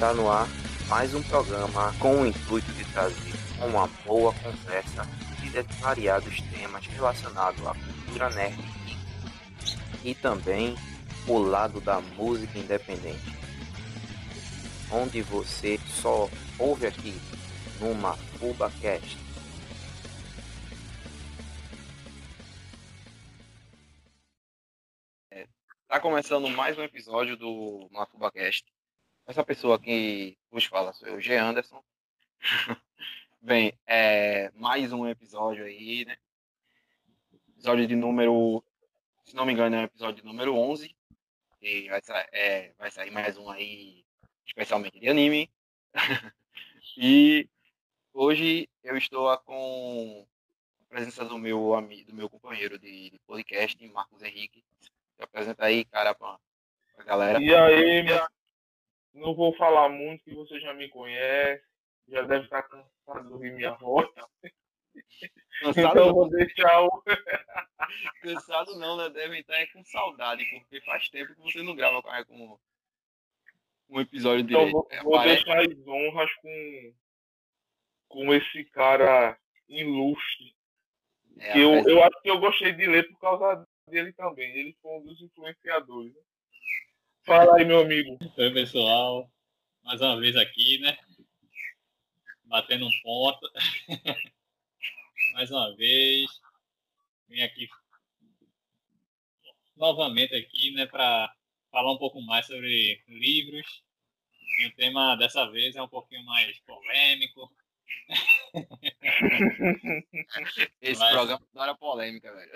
Está no ar mais um programa com o intuito de trazer uma boa conversa de variados temas relacionados à cultura nerd e também o lado da música independente, onde você só ouve aqui no MafubaCast. Tá começando mais um episódio do MafubaCast. Essa pessoa que vos fala sou eu, G. Anderson. Bem, mais um episódio aí, né? Episódio de número, se não me engano, é o episódio número 11. E vai sair mais um aí, especialmente de anime. E hoje eu estou com a presença do meu amigo, do meu companheiro de podcast, Marcos Henrique. Se apresenta aí, cara, pra galera. E aí, não vou falar muito, que você já me conhece, já deve estar cansado de ouvir minha voz. Cansado Então não, vou deixar o. cansado não, né? Deve estar com saudade, porque faz tempo que você não grava com um episódio Então direito. vou deixar as honras com esse cara ilustre. Que eu acho que eu gostei de ler por causa dele também. Ele foi um dos influenciadores. Né? Fala aí, meu amigo. Oi, pessoal. Mais uma vez aqui, né? Batendo um ponto. Mais uma vez. Vim aqui novamente aqui, né? Para falar um pouco mais sobre livros. E o tema dessa vez é um pouquinho mais polêmico. Esse programa não era polêmica, velho.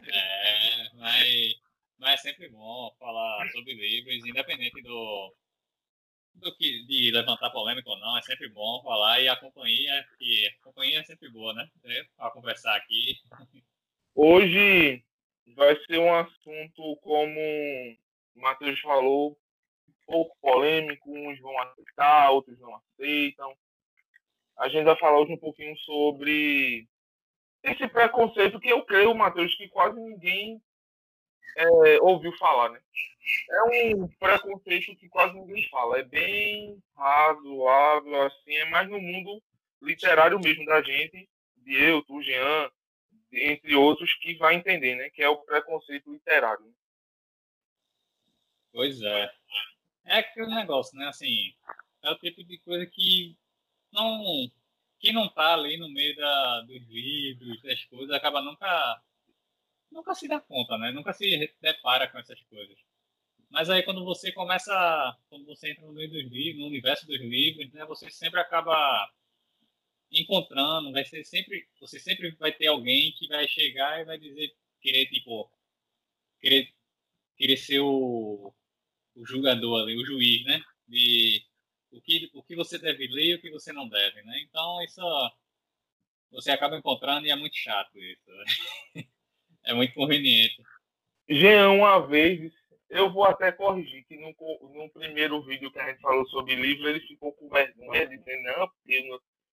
Mas é sempre bom falar sobre livros, independente de levantar polêmica ou não, é sempre bom falar, e a companhia é sempre boa, né? Para conversar aqui. Hoje vai ser um assunto, como o Matheus falou, um pouco polêmico, uns vão aceitar, outros não aceitam. A gente vai falar hoje um pouquinho sobre esse preconceito que eu creio, Matheus, que quase ninguém ouviu falar, né? É um preconceito que quase ninguém fala. É bem razoável, assim, é mais no mundo literário mesmo da gente, de eu, tu, Jean, entre outros, que vai entender, né? Que é o preconceito literário. Né? Pois é. É aquele negócio, né? Assim, é o tipo de coisa não, que não tá ali no meio dos livros, das coisas, acaba nunca se dá conta, né? Nunca se depara com essas coisas. Mas aí quando você entra no meio dos livros, no universo dos livros, né? Você sempre acaba encontrando, você sempre vai ter alguém que vai chegar e vai dizer, querer, tipo, querer, querer ser o julgador ali, o juiz, né? De o que você deve ler e o que você não deve, né? Então, isso você acaba encontrando e é muito chato isso. Né? É muito conveniente. Jean, uma vez, eu vou até corrigir, que no primeiro vídeo que a gente falou sobre livro, ele ficou com vergonha de dizer, não, porque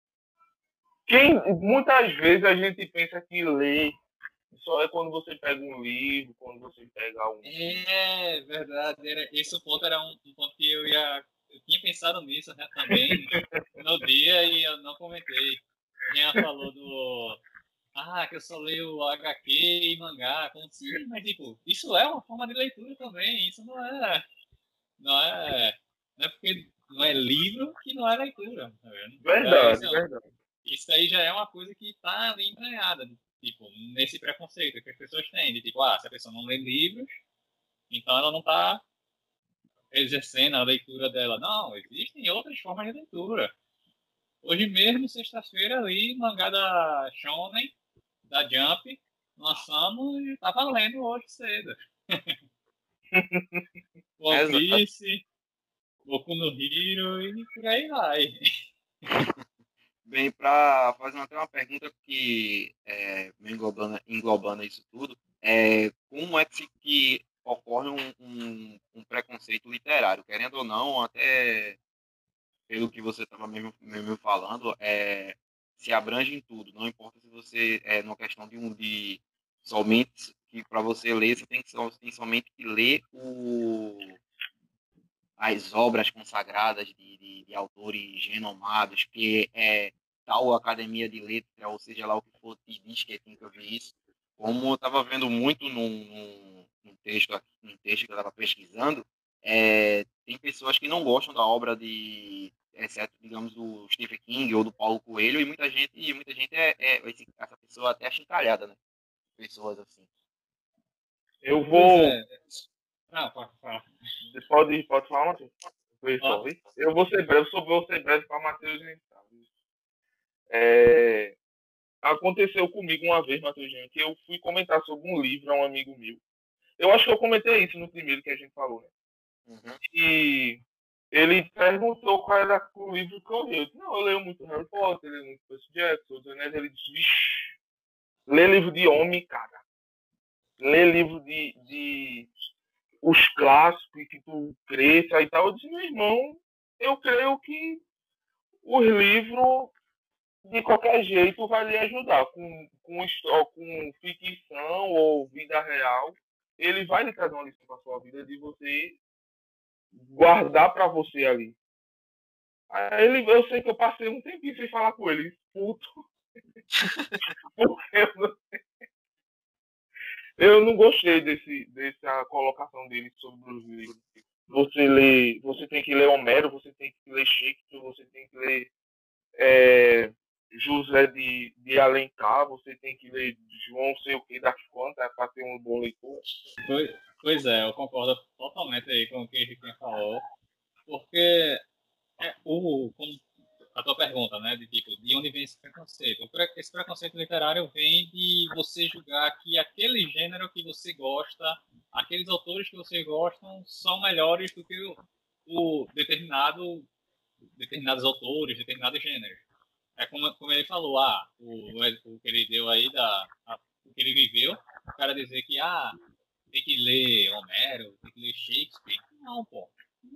muitas vezes a gente pensa que ler só é quando você pega um livro, quando você pega um... É verdade, esse ponto era um ponto que eu tinha pensado nisso, né, também no dia e eu não comentei. Quem falou que eu só leio HQ e mangá, como se, mas tipo, isso é uma forma de leitura também, isso não é, não é porque não é livro que não é leitura, tá vendo? Verdade. Isso aí já é uma coisa que está ali entranhada, tipo, nesse preconceito que as pessoas têm, de tipo, se a pessoa não lê livros, então ela não está exercendo a leitura dela. Não, existem outras formas de leitura. Hoje mesmo, sexta-feira, ali, mangá da Shonen, da Jump, lançamos e tá valendo hoje cedo. One Piece, Boku no Hero e por aí vai. Bem, para fazer até uma pergunta que englobando isso tudo, como é que ocorre um preconceito literário? Querendo ou não, até pelo que você estava mesmo falando, se abrange em tudo. Não importa se você numa questão de somente que para você ler você tem somente que ler as obras consagradas de autores renomados, que é tal academia de letras, ou seja lá o que for, te diz que tem que ouvir isso. Como eu estava vendo muito num texto que eu estava pesquisando, tem pessoas que não gostam da obra exceto, digamos, do Stephen King ou do Paulo Coelho, e muita gente essa pessoa até achincalhada, né? Pessoas assim. Eu Pois vou. é. Não, pode falar. Pode falar, Matheus? Eu vou ser breve para Matheus entrar. Aconteceu comigo uma vez, Matheus, que eu fui comentar sobre um livro a um amigo meu. Eu acho que eu comentei isso no primeiro que a gente falou, né? Uhum. E ele perguntou qual era o livro que eu li. Eu disse, não, eu leio muito Harry Potter, eu leio muito Percy Jackson, ele disse, vixe, lê livro de homem, cara. Lê livro de os clássicos que tu cresça e tal. Eu disse, meu irmão, eu creio que os livros, de qualquer jeito, vai lhe ajudar. Com ficção ou vida real, ele vai lhe trazer uma lição para sua vida de você guardar para você ali. Aí eu sei que eu passei um tempinho sem falar com ele, puto. Eu não gostei dessa colocação dele sobre os livros. Você tem que ler Homero, você tem que ler Shakespeare, você tem que ler José de Alencar, você tem que ler João sei o que das quantas para ser um bom leitor. Pois é, eu concordo totalmente aí com o que a gente falou, porque como a tua pergunta, né, de tipo, de onde vem esse preconceito? Esse preconceito literário vem de você julgar que aquele gênero que você gosta, aqueles autores que você gostam, são melhores do que o determinados autores, determinados gêneros. É como ele falou, o que ele deu aí, o que ele viveu, o cara dizer que, tem que ler Homero, tem que ler Shakespeare. Não, pô.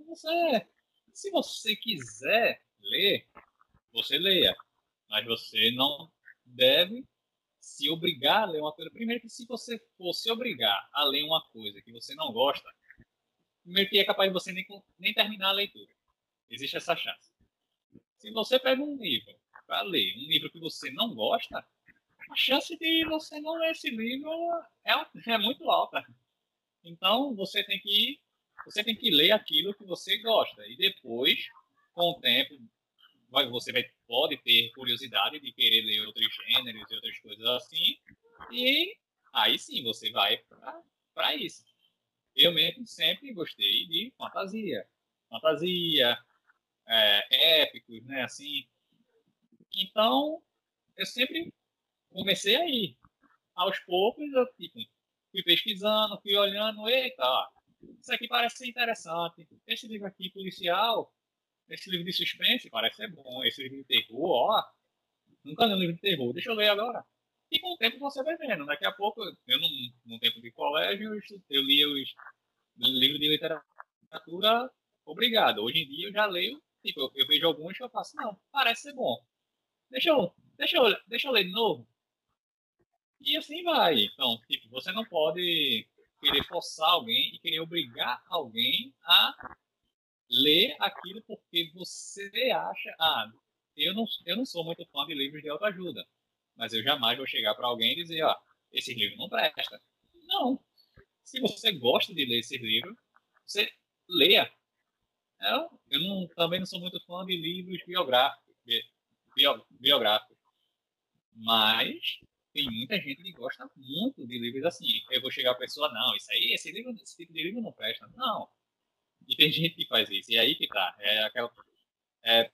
Se você quiser ler, você leia. Mas você não deve se obrigar a ler uma coisa. Primeiro que se você for se obrigar a ler uma coisa que você não gosta, primeiro que é capaz de você nem terminar a leitura. Existe essa chance. Se você pega um livro para ler, um livro que você não gosta, a chance de você não ler esse livro é muito alta. Então você tem que ler aquilo que você gosta e depois, com o tempo, pode ter curiosidade de querer ler outros gêneros e outras coisas assim, e aí sim você vai para isso. Eu mesmo sempre gostei de fantasia, épicos, né, assim. Então, eu sempre comecei aí. Aos poucos, eu tipo, fui pesquisando, fui olhando, eita, ó, isso aqui parece ser interessante. Esse livro aqui, policial, esse livro de suspense, parece ser bom. Esse livro de terror, ó, nunca li um livro de terror, deixa eu ler agora. E com o tempo você vai vendo. Daqui a pouco, eu no tempo de colégio, eu lia os livros de literatura obrigado. Hoje em dia eu já leio, tipo, eu vejo alguns que eu faço, não, parece ser bom. Deixa eu ler de novo. E assim vai. Então, tipo, você não pode querer forçar alguém e querer obrigar alguém a ler aquilo porque você acha, eu não sou muito fã de livros de autoajuda, mas eu jamais vou chegar para alguém e dizer, ó, esse livro não presta. Não. Se você gosta de ler esse livro, você leia. Também não sou muito fã de livros biográficos, mas tem muita gente que gosta muito de livros assim. Eu vou chegar a pessoa, não, esse tipo de livro não presta. Não. E tem gente que faz isso. E aí que tá. É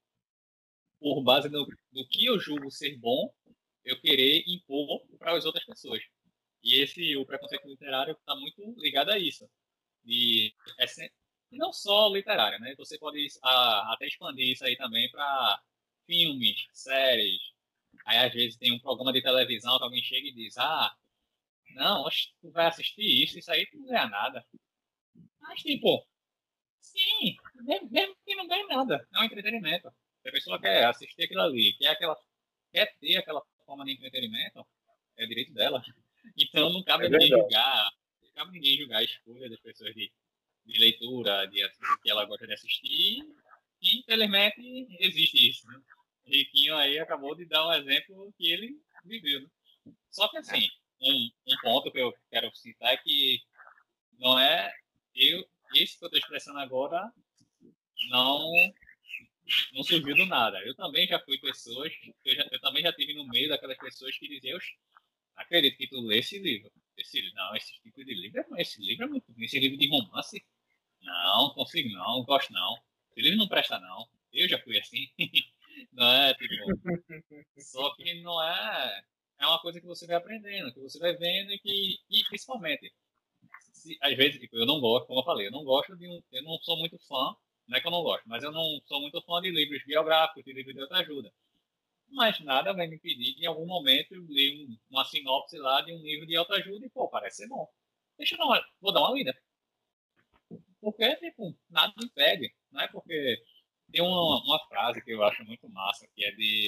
por base do que eu julgo ser bom, eu querer impor para as outras pessoas. E o preconceito literário está muito ligado a isso. E não só literário, né? Você pode até expandir isso aí também para filmes, séries. Aí às vezes tem um programa de televisão que alguém chega e diz, não, tu vai assistir isso aí tu não ganha nada. Mas tipo, sim, mesmo que não ganhe nada, é um entretenimento. Se a pessoa quer assistir aquilo ali, quer ter aquela forma de entretenimento, é direito dela. Então não cabe É ninguém verdade. julgar, não cabe ninguém julgar a escolha das pessoas de leitura, que ela gosta de assistir, e infelizmente existe isso, né? Riquinho aí acabou de dar um exemplo que ele viveu, né? Só que assim, um ponto que eu quero citar é que não é esse que eu estou expressando agora não não surgiu do nada. Eu também já fui pessoas, eu também já tive no meio daquelas pessoas que diziam, acredito que tu lê esse livro. Não, esse tipo de livro, esse livro é muito bom. Esse livro de romance, não consigo não gosto não. Esse livro não presta não. Eu já fui assim. Não é, tipo, só que não é, é uma coisa que você vai aprendendo, que você vai vendo e principalmente, às vezes, tipo, eu não gosto, como eu falei, eu não gosto eu não sou muito fã, não é que eu não gosto, mas eu não sou muito fã de livros biográficos, de livros de autoajuda. Mas nada vai me impedir de, em algum momento, eu ler uma sinopse lá de um livro de autoajuda e, pô, parece ser bom. Deixa eu dar vou dar uma lida. Porque, tipo, nada me impede. Não é porque tem uma frase que eu acho muito massa, que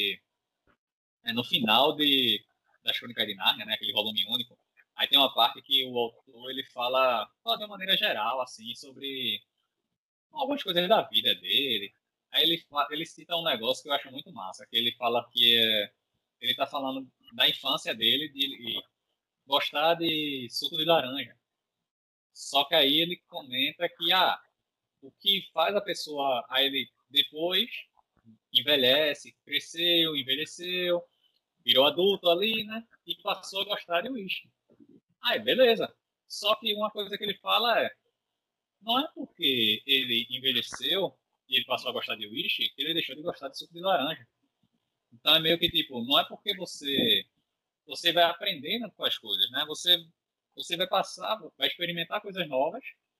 é no final das Crônicas de Nárnia, né, aquele volume único. Aí tem uma parte que o autor ele fala de uma maneira geral, assim, sobre algumas coisas da vida dele. Aí ele cita um negócio que eu acho muito massa, que ele fala que ele está falando da infância dele, de gostar de suco de laranja. Só que aí ele comenta que o que faz a pessoa, aí ele depois envelhece, cresceu, envelheceu, virou adulto ali, né? E passou a gostar de uísque. Aí, beleza. Só que uma coisa que ele fala não é porque ele envelheceu e ele passou a gostar de uísque que ele deixou de gostar de suco de laranja. Então é meio que tipo, não é porque você vai aprendendo com as coisas, né? Você vai passar, vai experimentar coisas novas.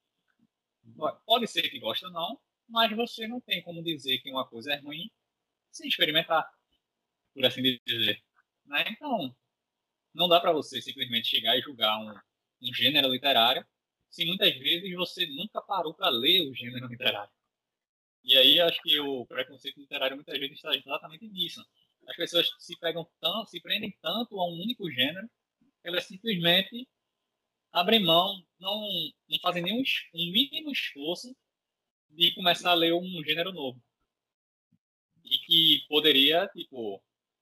Pode ser que goste ou não, mas você não tem como dizer que uma coisa é ruim sem experimentar, por assim dizer. Né? Então, não dá para você simplesmente chegar e julgar um gênero literário se muitas vezes você nunca parou para ler o gênero literário. E aí acho que o preconceito literário muitas vezes está exatamente nisso. As pessoas se prendem tanto a um único gênero, que elas simplesmente abrem mão, não fazem nenhum um mínimo esforço de começar a ler um gênero novo. E que poderia, tipo,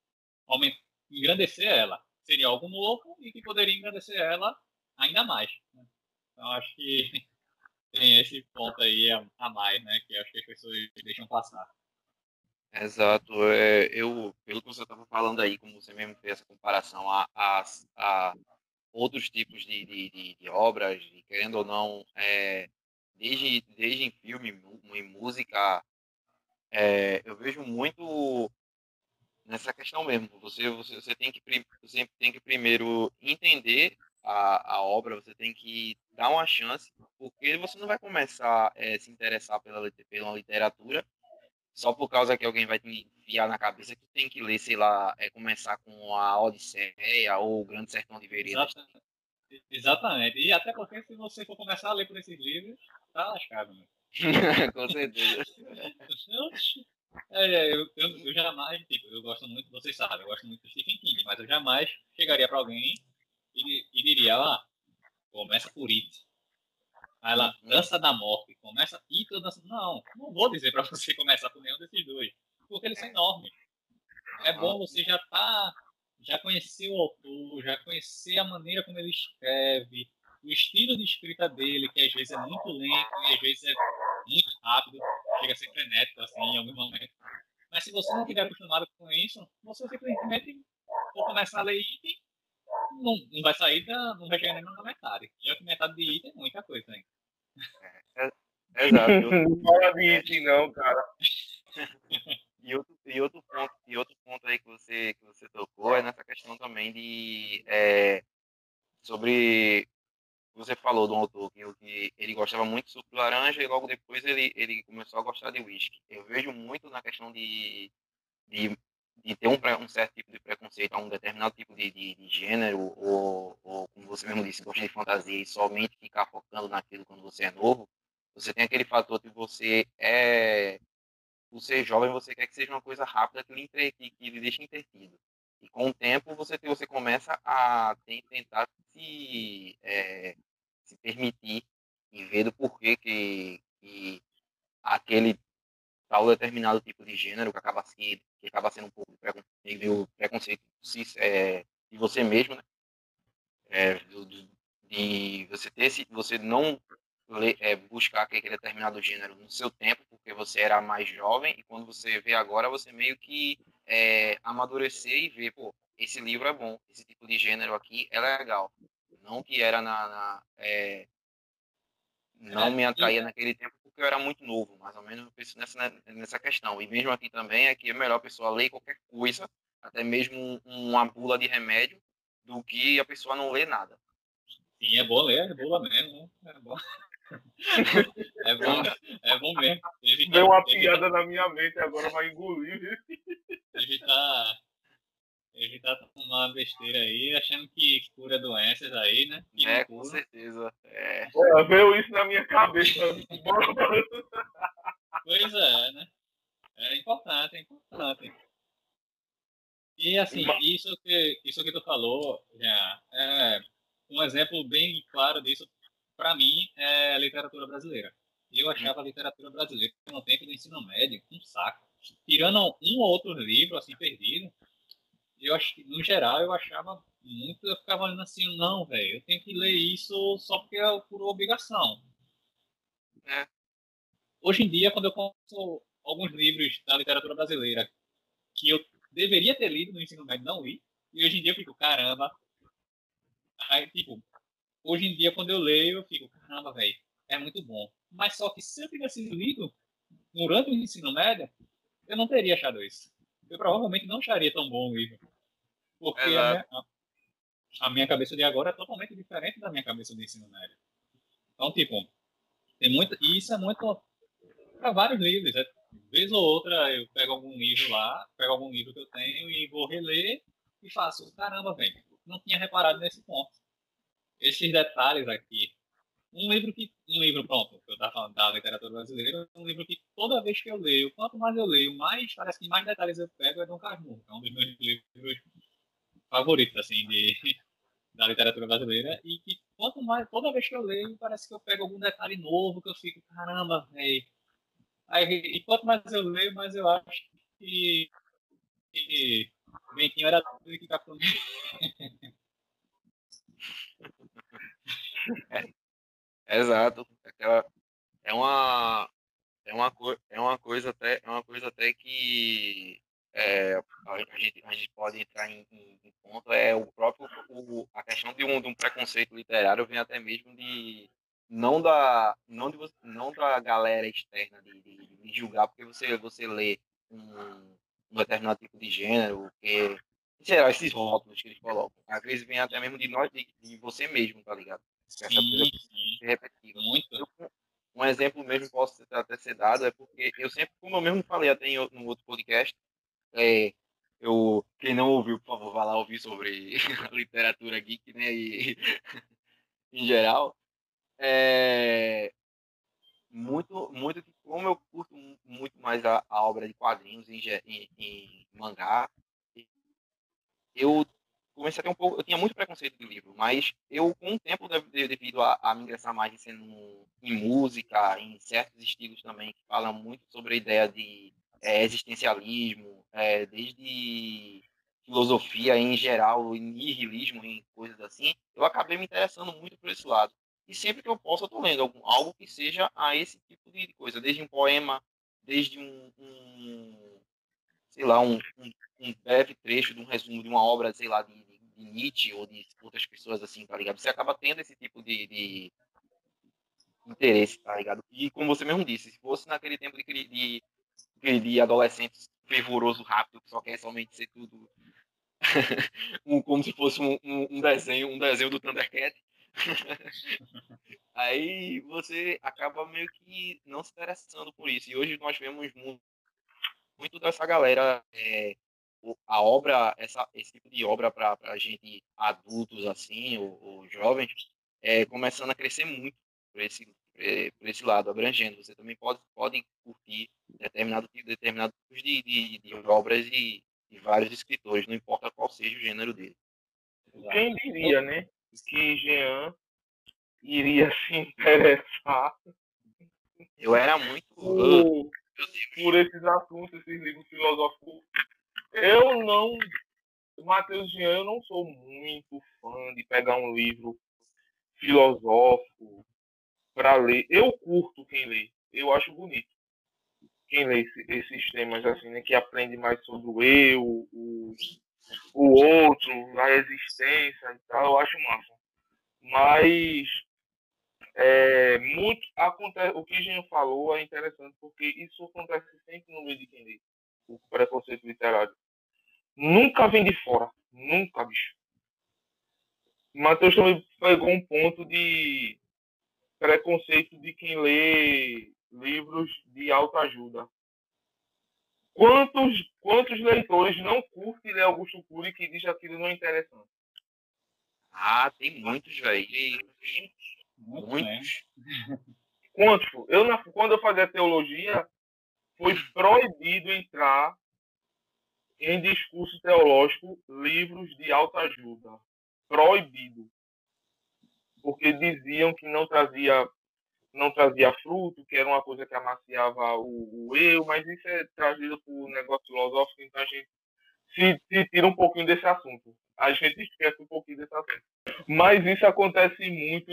engrandecer ela. Seria algo novo e que poderia engrandecer ela ainda mais. Né? Então acho que tem esse ponto aí a mais, né? Que acho que as pessoas deixam passar. Exato. Pelo que você estava falando aí, como você mesmo fez essa comparação a outros tipos de obras, e querendo ou não, desde em filme, em música, eu vejo muito nessa questão mesmo. Você tem que primeiro entender a obra, você tem que dar uma chance, porque você não vai começar a se interessar pela literatura só por causa que alguém vai te enfiar na cabeça que tu tem que ler, sei lá, começar com a Odisseia ou o Grande Sertão de Veredas. Exatamente. E até porque se você for começar a ler por esses livros, tá lascado, né? Com certeza. Eu jamais, tipo, eu gosto muito, vocês sabem, eu gosto muito do Stephen King, mas eu jamais chegaria para alguém e diria, começa por It. Aí lá, Dança da Morte, começa It ou Dança... Não vou dizer para você começar por nenhum desses dois, porque eles são enormes. É bom você já conhecer o autor, já conhecer a maneira como ele escreve, o estilo de escrita dele, que às vezes é muito lento e às vezes é muito rápido, chega a ser frenético assim em algum momento. Mas se você não estiver acostumado com isso, você simplesmente for começar a ler item, não vai sair não vai chegar nem na metade. Já que metade de item é muita coisa ainda. Exato. Não fala disso, não, cara. E outro ponto aí que você tocou é nessa questão também sobre você falou do autor que ele gostava muito de suco de laranja e logo depois ele começou a gostar de uísque. Eu vejo muito na questão de, de ter um certo tipo de preconceito a um determinado tipo de gênero ou, como você mesmo disse, gosta de fantasia e somente ficar focando naquilo quando você é novo. Você tem aquele fator de por ser jovem, você quer que seja uma coisa rápida que lhe deixe entretido. E com o tempo você começa a tentar se permitir e ver do porquê que aquele tal determinado tipo de gênero que acaba sendo um pouco meio preconceito de você mesmo, né? De você ter você não buscar aquele determinado gênero no seu tempo, porque você era mais jovem, e quando você vê agora, você meio que amadurecer e ver, pô, esse livro é bom, esse tipo de gênero aqui é legal. Não que era não me atraía naquele tempo porque eu era muito novo, mais ou menos eu penso nessa questão. E mesmo aqui também é que é melhor a pessoa ler qualquer coisa, até mesmo uma bula de remédio, do que a pessoa não ler nada. Sim, é bom ler, é boa mesmo, né? É bom. É bom mesmo. Veio uma piada na minha mente, agora vai engolir. Evitar tomar uma besteira aí, achando que cura doenças aí, né? Que não Com cura. certeza. Veio isso na minha cabeça. Pois é, né? É importante, é importante. E assim, isso que tu falou, já, um exemplo bem claro disso, para mim, é a literatura brasileira. Eu achava a literatura brasileira no tempo do ensino médio um saco. Tirando um ou outro livro, assim, perdido, eu acho que, no geral, eu achava muito, eu ficava olhando assim, não, velho, eu tenho que ler isso só porque é por obrigação. É, Hoje em dia, quando eu conheço alguns livros da literatura brasileira que eu deveria ter lido no ensino médio, não li, e hoje em dia eu fico, caramba. Aí, tipo, hoje em dia, quando eu leio, eu fico, caramba, velho, é muito bom. Mas só que se eu tivesse lido durante o ensino médio, eu não teria achado isso. Eu provavelmente não acharia tão bom o livro. Porque exato. a minha cabeça de agora é totalmente diferente da minha cabeça do ensino médio. Então, tipo, tem muito. E isso é muito para vários livros. Né? Vez ou outra eu pego algum livro lá, pego algum livro que eu tenho e vou reler e faço, caramba, velho, não tinha reparado nesse ponto. Esses detalhes aqui. Um livro pronto, que eu estava falando da literatura brasileira, é um livro que toda vez que eu leio, quanto mais eu leio, mais parece que mais detalhes eu pego é Dom Casmurro, que é um dos meus livros favoritos, assim, da literatura brasileira, e que quanto mais, toda vez que eu leio, parece que eu pego algum detalhe novo, que eu fico, caramba, velho. Aí, e quanto mais eu leio, mais eu acho que Bentinho era tudo que Capitão. Exato. É uma, é uma coisa até que a gente pode entrar em ponto, é o próprio, a questão de um preconceito literário vem até mesmo de, não da galera externa de julgar, porque você lê um determinado tipo de gênero, que, em geral, esses rótulos que eles colocam, às vezes vem até mesmo de nós, de você mesmo, tá ligado? Essa coisa Sim, sim, repetitiva. muito. Um exemplo mesmo posso até ser dado é porque eu sempre, como eu mesmo falei até no outro podcast, é, quem não ouviu, por favor, vá lá ouvir sobre a literatura geek, né, e em geral, é, muito que como eu curto muito mais a obra de quadrinhos em mangá, eu comecei a ter eu tinha muito preconceito de livro, mas eu, com o tempo, devido a me ingressar mais em música, em certos estilos também, que falam muito sobre a ideia de existencialismo, desde filosofia em geral, e nihilismo, em coisas assim, eu acabei me interessando muito por esse lado. E sempre que eu posso, eu estou lendo algo que seja a esse tipo de coisa, desde um poema, desde sei lá, um breve trecho de um resumo de uma obra, sei lá, de Nietzsche ou de outras pessoas assim, tá ligado? Você acaba tendo esse tipo de interesse, tá ligado? E como você mesmo disse, se fosse naquele tempo de adolescente fervoroso, rápido, que só quer somente ser tudo como se fosse um desenho do Thundercat, aí você acaba meio que não se interessando por isso. E hoje nós vemos muito dessa galera, a obra, esse tipo de obra para gente adultos assim, ou jovens, começando a crescer muito por esse lado, abrangendo. Você também pode curtir determinado tipos de obras de vários escritores, não importa qual seja o gênero dele. Quem diria, né? Que Jean iria se interessar Eu era muito por esses assuntos, esses livros filosóficos. Eu não, Matheus Jean, eu não sou muito fã de pegar um livro filosófico para ler. Eu curto quem lê, eu acho bonito quem lê esses temas assim, né, que aprende mais sobre o eu, o outro, a existência e tal, eu acho massa. Mas muito acontece, o que Jean falou é interessante porque isso acontece sempre no meio de quem lê, o preconceito literário. Nunca vem de fora, nunca, bicho. Matheus também pegou um ponto de preconceito de quem lê livros de autoajuda. Quantos leitores não curtem ler Augusto Cury que diz que aquilo não é interessante? Ah, tem muitos, velho. Muitos. Quantos? Quando eu fazia teologia, foi proibido entrar em discurso teológico livros de autoajuda. Proibido. Porque diziam que não trazia fruto, que era uma coisa que amaciava o eu, mas isso é trazido por negócio filosófico, então a gente se tira um pouquinho desse assunto. A gente esquece um pouquinho desse assunto. Mas isso acontece muito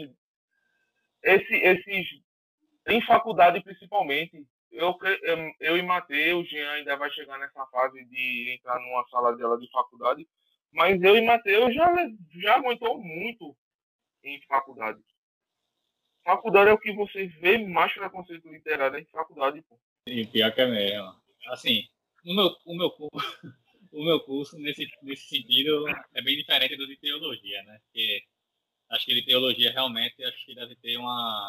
em faculdade, principalmente. Eu e Matheus, Jean ainda vai chegar nessa fase de entrar numa sala dela de faculdade, mas eu e Matheus já aguentou muito em faculdade. Faculdade é o que você vê mais preconceito literário em faculdade, pô. E pior que é mesmo. Assim, o meu curso nesse sentido é bem diferente do de teologia, né? Porque acho que de teologia realmente acho que deve ter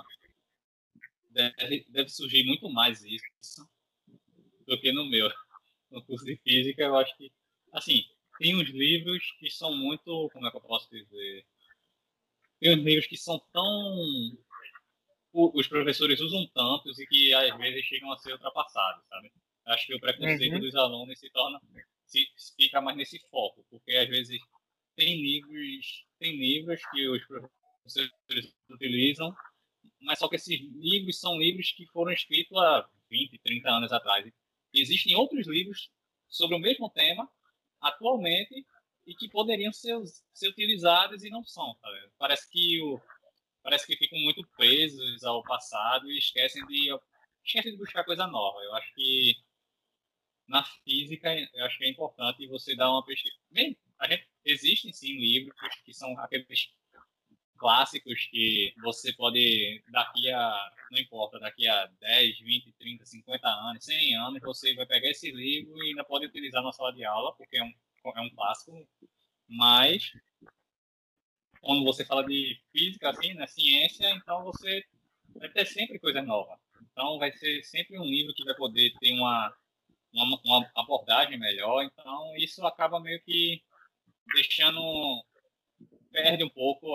deve surgir muito mais isso do que no meu. No curso de física, eu acho que, assim, tem uns livros que são muito, como é que eu posso dizer? Tem uns livros que são tão os professores usam tantos e que às vezes chegam a ser ultrapassados, sabe? Acho que o preconceito dos alunos se fica mais nesse foco, porque às vezes tem livros que os professores utilizam, mas só que esses livros são livros que foram escritos há 20, 30 anos atrás. E existem outros livros sobre o mesmo tema atualmente e que poderiam ser utilizados e não são, sabe? Parece que ficam muito presos ao passado e esquecem de buscar coisa nova. Eu acho que na física, eu acho que é importante você dar uma pesquisa. Bem, existem sim livros que são aqueles clássicos que você pode, não importa, daqui a 10, 20, 30, 50 anos, 100 anos, você vai pegar esse livro e ainda pode utilizar na sala de aula, porque é um clássico, mas quando você fala de física, assim, na ciência, então você vai ter sempre coisa nova. Então vai ser sempre um livro que vai poder ter uma abordagem melhor. Então isso acaba meio que deixando, perde um pouco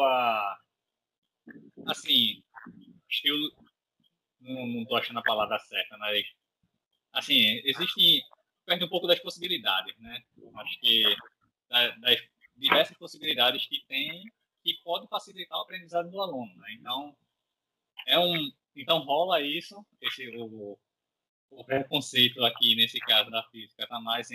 assim, estilo, não tô achando a palavra certa, mas, assim, perde um pouco das possibilidades, né? Acho que das diversas possibilidades que tem que pode facilitar o aprendizado do aluno, né? Então, então rola isso, o preconceito aqui nesse caso da física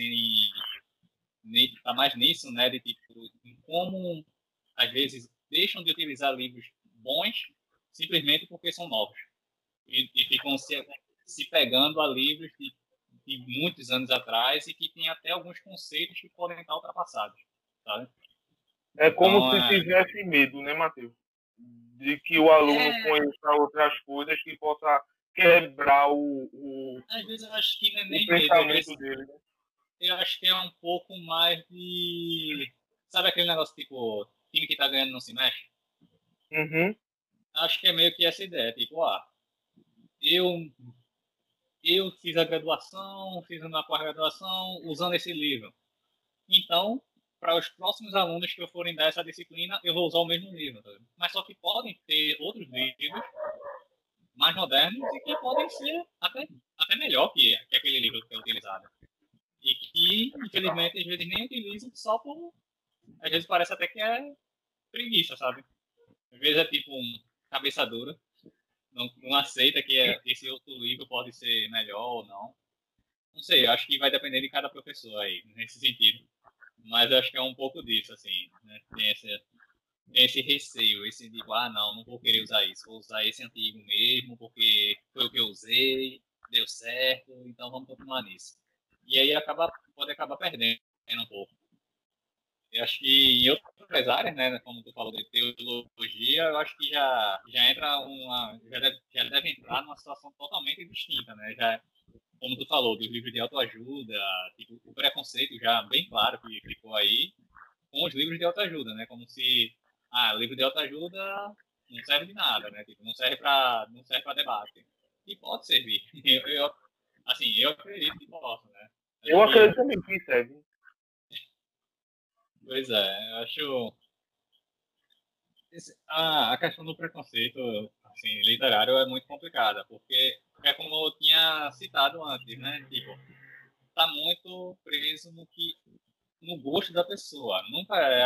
tá mais nisso, né, de tipo, em como às vezes deixam de utilizar livros bons simplesmente porque são novos e ficam se pegando a livros de muitos anos atrás e que tem até alguns conceitos que podem estar ultrapassados, sabe? É como Então, se tivesse medo, né, Matheus? De que o aluno conheça outras coisas que possa quebrar às vezes eu acho que não é o nem medo, às pensamento vezes dele. Né? eu acho que é um pouco mais de, sabe aquele negócio tipo, time que tá ganhando não se mexe? Uhum. Acho que é meio que essa ideia, tipo, eu eu fiz a graduação, fiz uma pós-graduação usando esse livro. Então, para os próximos alunos que eu forem dar essa disciplina, eu vou usar o mesmo livro. Tá? Mas só que podem ter outros livros mais modernos e que podem ser até melhor que aquele livro que é utilizado. E que, infelizmente, às vezes nem utilizam só por... Às vezes parece até que é preguiça, sabe? Às vezes é tipo cabeça dura, não aceita que esse outro livro pode ser melhor ou não. Não sei, eu acho que vai depender de cada professor aí, nesse sentido. Mas eu acho que é um pouco disso, assim, né? Tem esse receio, esse de, não vou querer usar isso, vou usar esse antigo mesmo, porque foi o que eu usei, deu certo, então vamos continuar nisso. E aí pode acabar perdendo um pouco. Eu acho que em outras áreas, né, como tu falou de teologia, eu acho que já entra já deve entrar numa situação totalmente distinta, né? Já, como tu falou, dos livros de autoajuda, tipo, o preconceito já bem claro que ficou aí com os livros de autoajuda, né? Como se, livro de autoajuda não serve de nada, né? Tipo, não serve para debate. E pode servir. Assim, eu acredito que possa, né? Eu acredito também que serve. Pois é, eu acho a questão do preconceito, assim, literário é muito complicada, porque é como eu tinha citado antes, né? Tipo, tá muito preso no gosto da pessoa. Nunca é,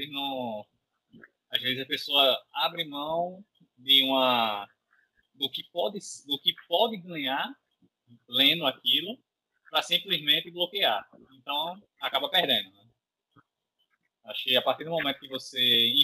às vezes a pessoa abre mão de do que pode ganhar lendo aquilo para simplesmente bloquear. Então, acaba perdendo, né? Acho que a partir do momento que você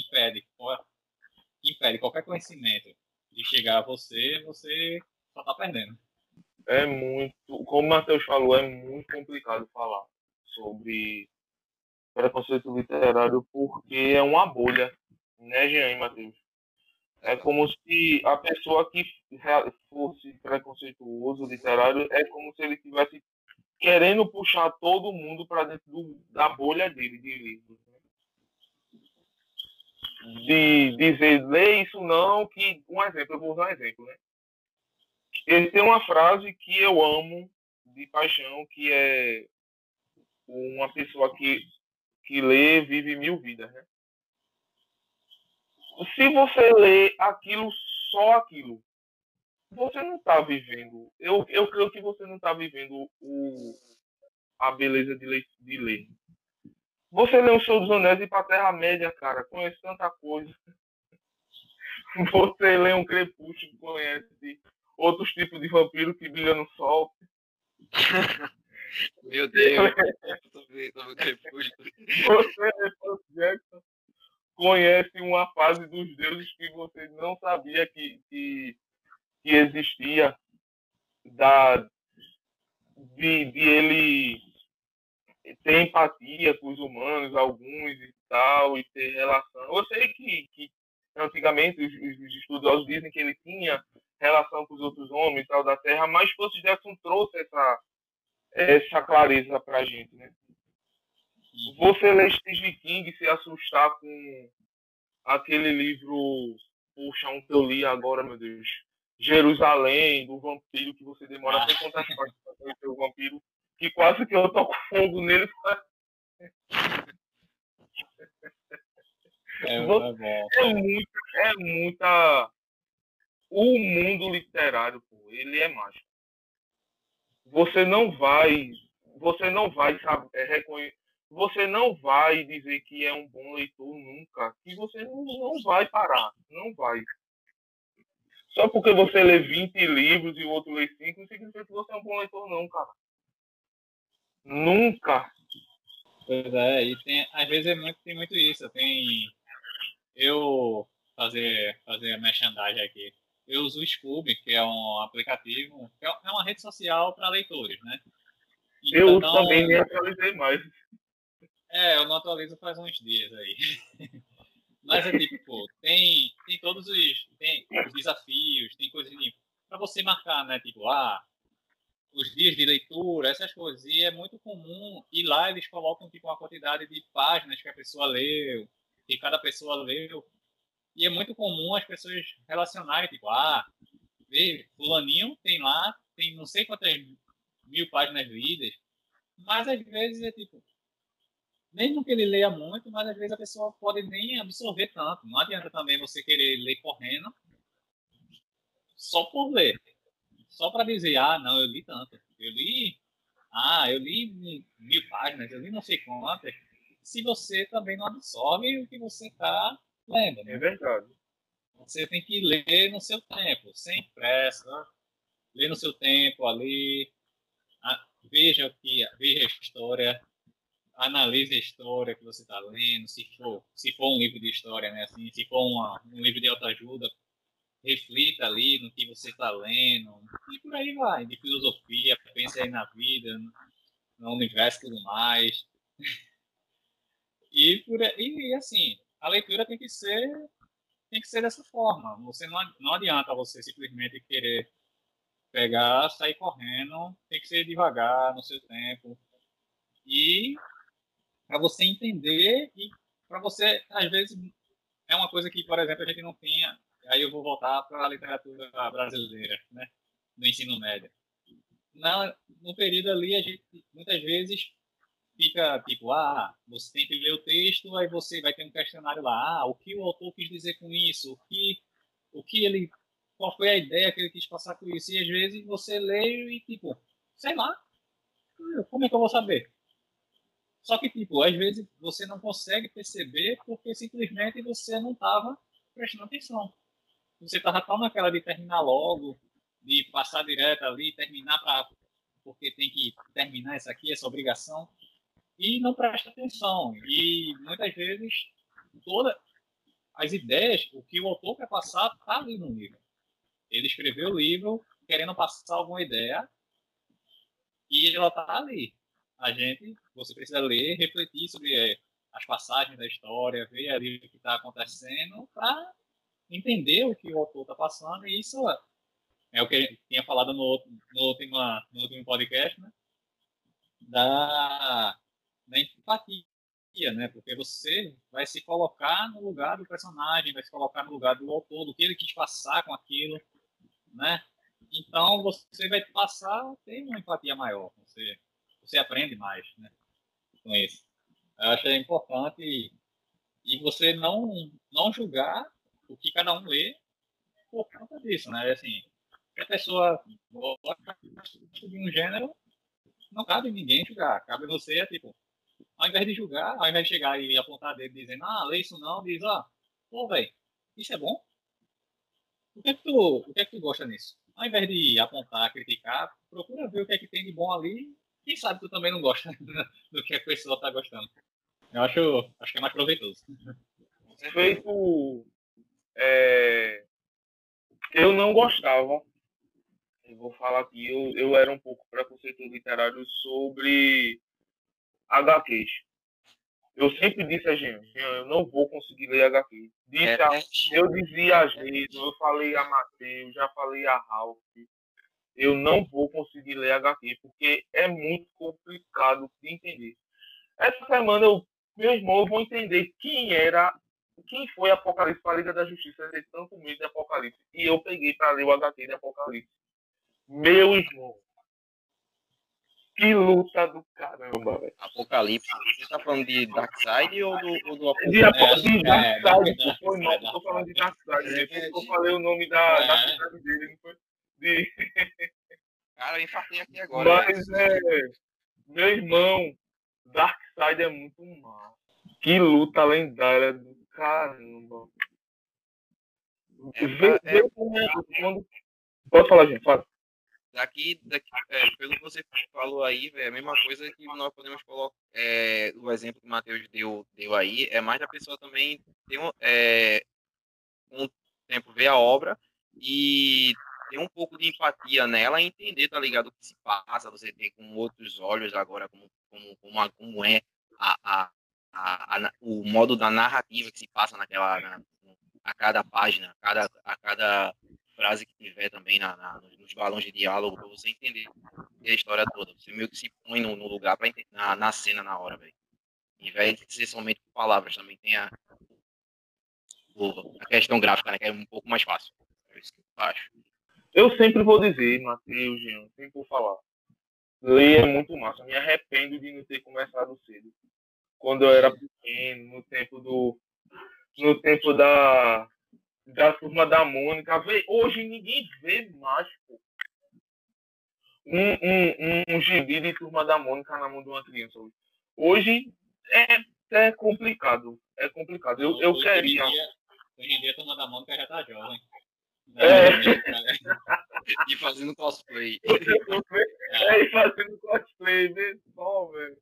impede qualquer conhecimento de chegar a você, você só está perdendo. É muito, como o Matheus falou, é muito complicado falar sobre preconceito literário porque é uma bolha, né, Jean e Matheus? É como se a pessoa que fosse preconceituoso literário é como se ele estivesse querendo puxar todo mundo para dentro da bolha dele de livros. De dizer, lê isso não, que um exemplo, eu vou usar um exemplo, né? Ele tem uma frase que eu amo de paixão, que é uma pessoa que lê vive 1000 vidas, né? Se você lê aquilo, só aquilo, você não está vivendo. Eu creio que você não está vivendo a beleza de ler. Você lê o Senhor dos Anéis e para a Terra-média, cara, conhece tanta coisa. Você lê um Crepúsculo, conhece outros tipos de vampiro que brilham no sol. Meu Deus, sobre Crepúsculo. Você lê Percy Jackson, conhece uma fase dos deuses que você não sabia que existia, de ele ter empatia com os humanos, alguns e tal, e ter relação. Eu sei que antigamente os estudiosos dizem que ele tinha relação com os outros homens e tal da Terra, mas Percy Jackson trouxe essa clareza pra gente, né? Você lê Stephen King se assustar com aquele livro, puxa, um que eu li agora, meu Deus, Jerusalém, do vampiro, que você demora até quantas partes para conhecer o vampiro, que quase que eu toco fogo nele. É bom. É muita. O mundo literário, pô, ele é mágico. Você não vai saber reconhecer. Você não vai dizer que é um bom leitor nunca. Que você não vai parar. Não vai. Só porque você lê 20 livros e o outro lê 5, não significa que você é um bom leitor, não, cara. Nunca. Pois é, e às vezes tem muito isso. Eu fazer a merchandising aqui. Eu uso o Scoob, que é um aplicativo, que é uma rede social para leitores, né? Eu Então, também nem atualizei mais. eu não atualizo faz uns dias aí. Mas é tipo, pô, tem todos os desafios, tem coisas para você marcar, né? Tipo, os dias de leitura, essas coisas. E é muito comum, e lá eles colocam tipo uma quantidade de páginas que a pessoa leu, que cada pessoa leu. E é muito comum as pessoas relacionarem, tipo, vê, fulaninho tem não sei quantas 1000 páginas lidas, mas às vezes é tipo, mesmo que ele leia muito, mas às vezes a pessoa pode nem absorver tanto. Não adianta também você querer ler correndo só por ler. Só para dizer, não, eu li tanto. Eu li 1000 páginas, eu li não sei quantas. Se você também não absorve o que você está lendo, É né? verdade. Você tem que ler no seu tempo, sem pressa, ler no seu tempo ali, veja a história, analise a história que você está lendo, se for um livro de história, né? Assim, se for um livro de autoajuda, reflita ali no que você está lendo, e por aí vai, de filosofia, pense aí na vida, no universo e tudo mais. E assim, a leitura tem que ser dessa forma. Não adianta você simplesmente querer pegar, sair correndo, tem que ser devagar, no seu tempo. E para você entender e para você, às vezes, é uma coisa que, por exemplo, a gente não tinha. Aí eu vou voltar para a literatura brasileira, né? No ensino médio. No período ali, a gente muitas vezes fica tipo, você tem que ler o texto, aí você vai ter um questionário lá, o que o autor quis dizer com isso, o que ele, qual foi a ideia que ele quis passar com isso, e às vezes você lê e tipo, sei lá, como é que eu vou saber? Só que tipo, às vezes você não consegue perceber porque simplesmente você não estava prestando atenção. Você estava tão naquela de terminar logo, de passar direto ali, terminar porque tem que terminar isso aqui, essa obrigação, e não presta atenção. E muitas vezes todas as ideias, o que o autor quer passar, está ali no livro. Ele escreveu o livro querendo passar alguma ideia e ela está ali. Você precisa ler, refletir sobre as passagens da história, ver ali o que está acontecendo para entender o que o autor está passando. E isso é o que eu tinha falado no último podcast, né? Da empatia, né? Porque você vai se colocar no lugar do personagem, vai se colocar no lugar do autor, do que ele quis passar com aquilo, né? Então você vai passar a ter uma empatia maior, você aprende mais, né? Com isso. Eu acho importante e você não julgar o que cada um lê por conta disso, né? Assim, se a pessoa gosta de um gênero, não cabe ninguém julgar, cabe você, tipo, ao invés de julgar, ao invés de chegar e apontar dele dizendo, lê isso não, diz, pô, velho, isso é bom? O que é que tu gosta nisso? Ao invés de apontar, criticar, procura ver o que é que tem de bom ali. Quem sabe tu também não gosta do que a pessoa tá gostando. Acho que é mais proveitoso. Feito, eu não gostava, eu vou falar aqui, eu era um pouco preconceituoso literário sobre HQs. Eu sempre disse a gente, eu não vou conseguir ler HQ. Eu dizia a gente, eu falei a Matheus, já falei a Ralph, eu não vou conseguir ler HQ, porque é muito complicado de entender. Essa semana, meu irmão, eu vou entender quem foi Apocalipse para a Liga da Justiça. Eu tenho tanto medo de Apocalipse. E eu peguei para ler o HQ de Apocalipse. Meu irmão, que luta do caramba, velho. Apocalipse. Você tá falando de Darkseid ou do Apocalipse? De Darkseid, foi mal. Eu tô falando de Darkseid. Eu falei o nome da cidade dele, não foi? Cara, eu infartei aqui agora. Mas, meu irmão, Darkseid é muito mal. Que luta lendária do caramba. Pode falar, gente, fala. Daqui pelo que você falou aí, véio, é a mesma coisa que nós podemos colocar. O exemplo que o Matheus deu aí é mais da pessoa também ter um tempo ver a obra e ter um pouco de empatia nela e entender, tá ligado? O que se passa, você ter com outros olhos agora como é o modo da narrativa que se passa a cada página, a cada frase que tiver também nos balões de diálogo, para você entender a história toda. Você meio que se põe no lugar para na cena na hora, velho. Em vez de ser somente por palavras, também tem a questão gráfica, né, que é um pouco mais fácil. É isso que eu acho. Eu sempre vou dizer, Matheus, Jean, sempre vou falar. Ler é muito massa. Me arrependo de não ter começado cedo. Quando eu era pequeno, no tempo da Turma da Mônica. Hoje ninguém vê mais, pô. Um gibi de Turma da Mônica na mão de uma criança. Hoje é complicado. É complicado. Eu queria. Hoje em dia, Turma da Mônica já tá jovem. E fazendo cosplay. E fazendo cosplay, vê só, velho.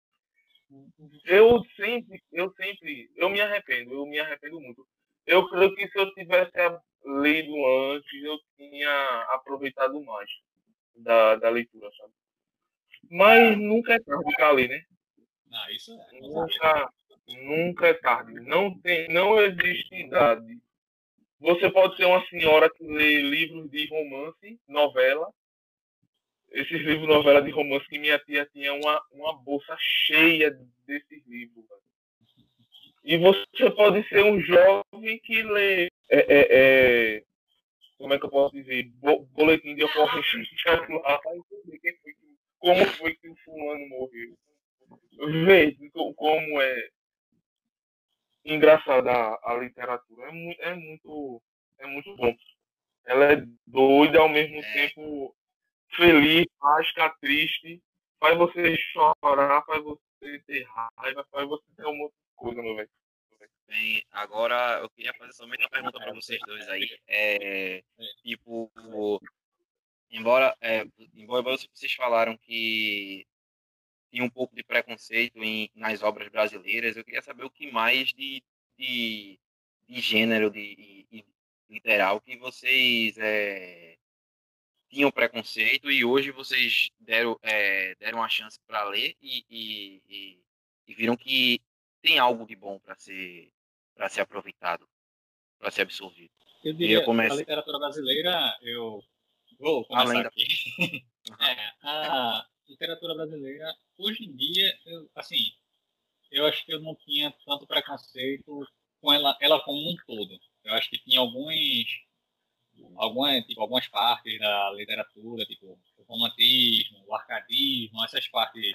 Eu me arrependo muito. Eu creio que se eu tivesse lido antes, eu tinha aproveitado mais da leitura, sabe? Mas nunca é tarde pra ler, né? Não, isso é. Nunca é tarde. Não existe idade. Você pode ser uma senhora que lê livros de romance, novela. Esses livros novela de romance que minha tia tinha uma bolsa cheia desses livros. E você pode ser um jovem que lê, como é que eu posso dizer, boletim de ocorrência para entender como foi que o fulano morreu. Vê como é engraçada a literatura. É muito bom. Ela é doida, ao mesmo tempo feliz, mágica, triste, faz você chorar, faz você ter raiva, faz você ter uma outra coisa, meu velho. Bem, agora eu queria fazer somente uma pergunta para vocês dois aí. Tipo, embora vocês falaram que tinha um pouco de preconceito nas obras brasileiras, eu queria saber o que mais de gênero de literal que vocês tinham preconceito e hoje vocês deram uma chance para ler e viram que tem algo de bom para ser aproveitado, para ser absorvido. Eu diria, a literatura brasileira, eu vou começar aqui. A literatura brasileira, hoje em dia, eu acho que eu não tinha tanto preconceito com ela como um todo. Eu acho que tinha algumas partes da literatura, tipo o romantismo, o arcadismo, essas partes,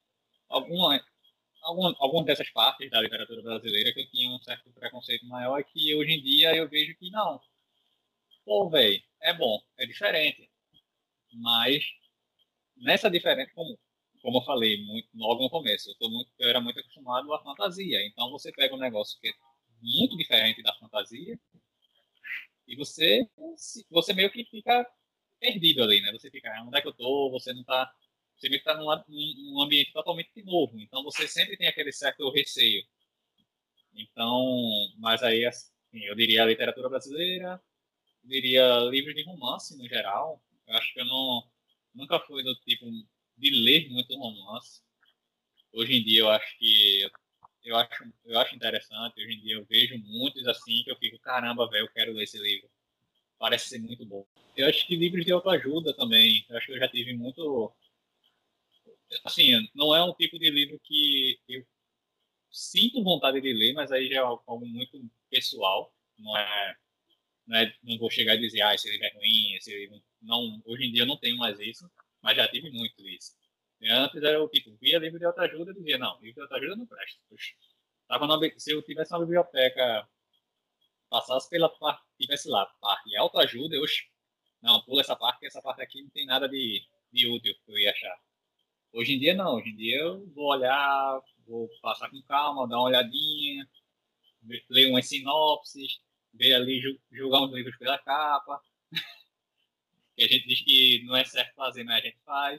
algumas dessas partes da literatura brasileira que eu tinha um certo preconceito maior e que hoje em dia eu vejo que não. Pô, velho, é bom, é diferente. Mas nessa diferença, como eu falei logo no começo, eu era muito acostumado à fantasia. Então você pega um negócio que é muito diferente da fantasia e você meio que fica perdido ali, né? Você fica, onde é que eu tô? Você não tá. Você meio que tá num ambiente totalmente novo. Então você sempre tem aquele certo receio. Então, mas aí, assim, eu diria a literatura brasileira, eu diria livros de romance no geral. Eu acho que nunca fui do tipo de ler muito romance. Hoje em dia eu acho que eu acho interessante. Hoje em dia eu vejo muitos assim que eu fico, caramba, velho, eu quero ler esse livro. Parece ser muito bom. Eu acho que livros de autoajuda também. Eu acho que eu já tive muito. Assim, não é um tipo de livro que eu sinto vontade de ler, mas aí já é algo muito pessoal. Não vou chegar e dizer, esse livro é ruim, esse livro. Não, hoje em dia eu não tenho mais isso, mas já tive muito isso. E antes era o tipo, via livro de autoajuda e dizia, não, livro de autoajuda não presta. Se eu tivesse uma biblioteca, passasse pela parte, tivesse lá, parte de autoajuda, não, pula essa parte, que essa parte aqui não tem nada de útil que eu ia achar. Hoje em dia não, hoje em dia eu vou olhar, vou passar com calma, dar uma olhadinha, ler umas sinopses, ver ali, julgar uns livros pela capa, que a gente diz que não é certo fazer, mas a gente faz.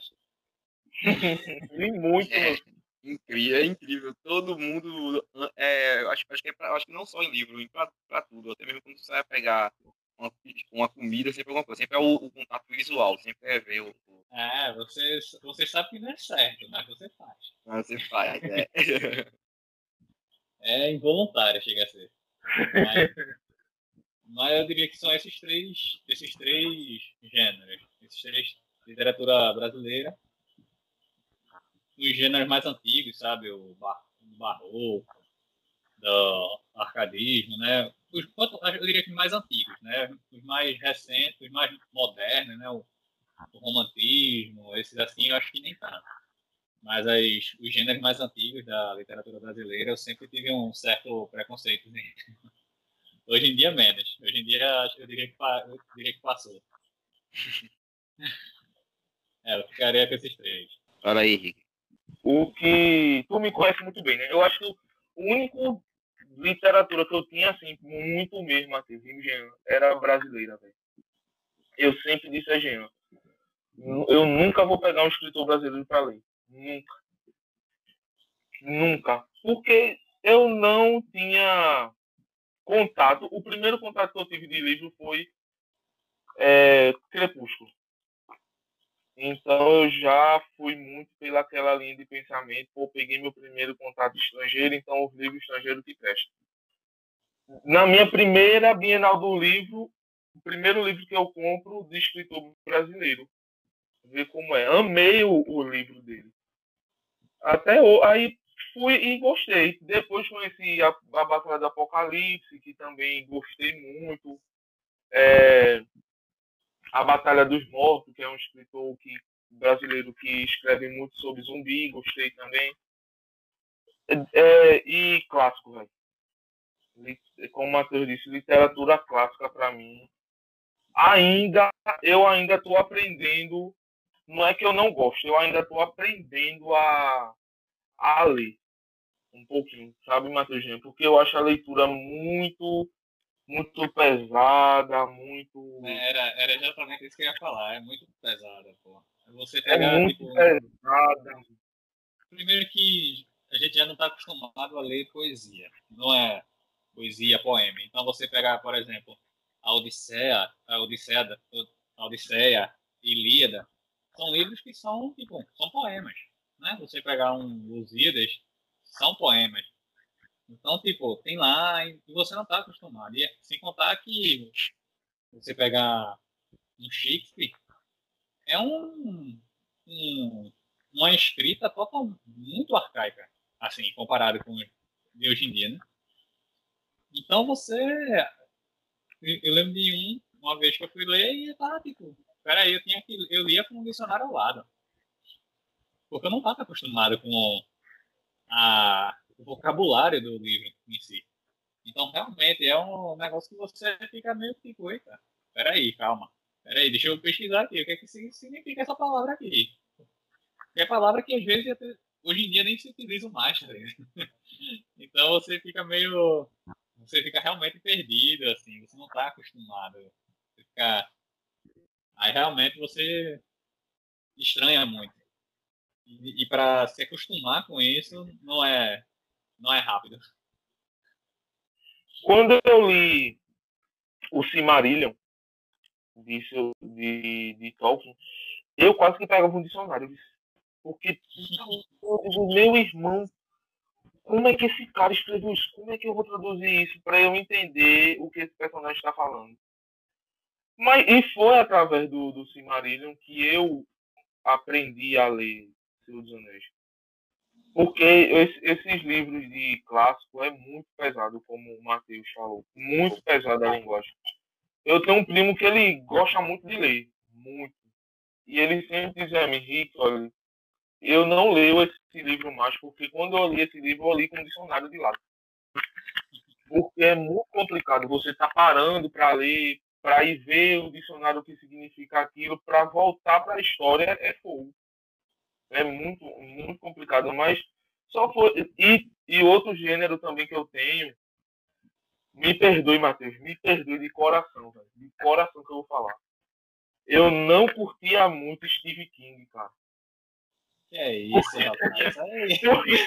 E muito. Incrível, é incrível. Todo mundo. Acho que não só em livro, para tudo. Até mesmo quando você vai pegar uma comida, sempre alguma coisa. Sempre é o contato visual, sempre é ver você sabe que não é certo, mas você faz. Mas você faz, é. É involuntário, chega a ser. Mas eu diria que são esses três gêneros. Esses três, literatura brasileira. Os gêneros mais antigos, sabe? O barroco, do arcadismo, né? Eu diria que os mais antigos, né? Os mais recentes, os mais modernos, né? O romantismo, esses assim, eu acho que nem tanto. Mas os gêneros mais antigos da literatura brasileira, eu sempre tive um certo preconceito. Hoje em dia, menos. Hoje em dia, eu diria que passou. Eu ficaria com esses três. Fala aí, Henrique. O que tu me conhece muito bem, né? Eu acho que o único literatura que eu tinha, assim, muito mesmo, Matheus, em Jean, era brasileira, velho. Eu sempre disse a Jean, eu nunca vou pegar um escritor brasileiro para ler. Nunca. Nunca. Porque eu não tinha contato. O primeiro contato que eu tive de livro foi Crepúsculo. Então eu já fui muito pelaquela linha de pensamento. Pô, peguei meu primeiro contato estrangeiro, então os livros estrangeiros que prestam. Na minha primeira Bienal do Livro, o primeiro livro que eu compro de escritor brasileiro. Ver como é. Amei o livro dele. Aí fui e gostei. Depois conheci a Batalha do Apocalipse, que também gostei muito. A Batalha dos Mortos, que é um escritor brasileiro que escreve muito sobre zumbi, gostei também. E clássico, velho. Como o Matheus disse, literatura clássica para mim. Eu ainda estou aprendendo. Não é que eu não gosto, eu ainda estou aprendendo a ler um pouquinho, sabe, Matheus? Porque eu acho a leitura muito pesada, muito. Era exatamente isso que eu ia falar, é muito pesada, pô. Você É pegar, muito tipo, pesada. primeiro que a gente já não está acostumado a ler poesia, não é poesia, poema. Então você pegar, por exemplo, a Odisseia, Ilíada, são livros que são, tipo, são poemas, né? Você pegar um Lusíadas, são poemas. Então, tipo, tem lá e você não está acostumado. E sem contar que você pegar um Shakespeare, é uma escrita muito arcaica, assim, comparado com de hoje em dia, né? Então você. Eu lembro de uma vez que eu fui ler e tava tipo, peraí, eu lia com um dicionário ao lado. Porque eu não estava acostumado com o vocabulário do livro em si. Então, realmente, é um negócio que você fica meio tipo, eita, peraí, calma. Peraí, deixa eu pesquisar aqui. O que é que significa essa palavra aqui? Que é palavra que às vezes hoje em dia nem se utiliza mais, tá ligado? Então você fica meio. Você fica realmente perdido, assim, você não está acostumado. Você fica, aí realmente você estranha muito. E para se acostumar com isso, não é rápido. Quando eu li o Silmarillion de Tolkien, eu quase que pegava um dicionário. Porque o meu irmão, como é que esse cara escreveu isso? Como é que eu vou traduzir isso para eu entender o que esse personagem está falando? E foi através do Silmarillion que eu aprendi a ler Senhor dos Anéis. Porque esses livros de clássico é muito pesado, como o Matheus falou. Muito pesado a linguagem. Eu tenho um primo que ele gosta muito de ler. Muito. E ele sempre diz a mim, Henrique, olha, eu não leio esse livro mais, porque quando eu li esse livro, eu li com um dicionário de lado. Porque é muito complicado. Você tá parando para ler, para ir ver o dicionário o que significa aquilo, para voltar para a história, é fogo. É muito, muito complicado. Mas só foi. E outro gênero também que eu tenho, me perdoe, Matheus, me perdoe de coração, velho. De coração que eu vou falar. Eu não curtia muito Stephen King, cara. Que é isso, rapaz? Aí.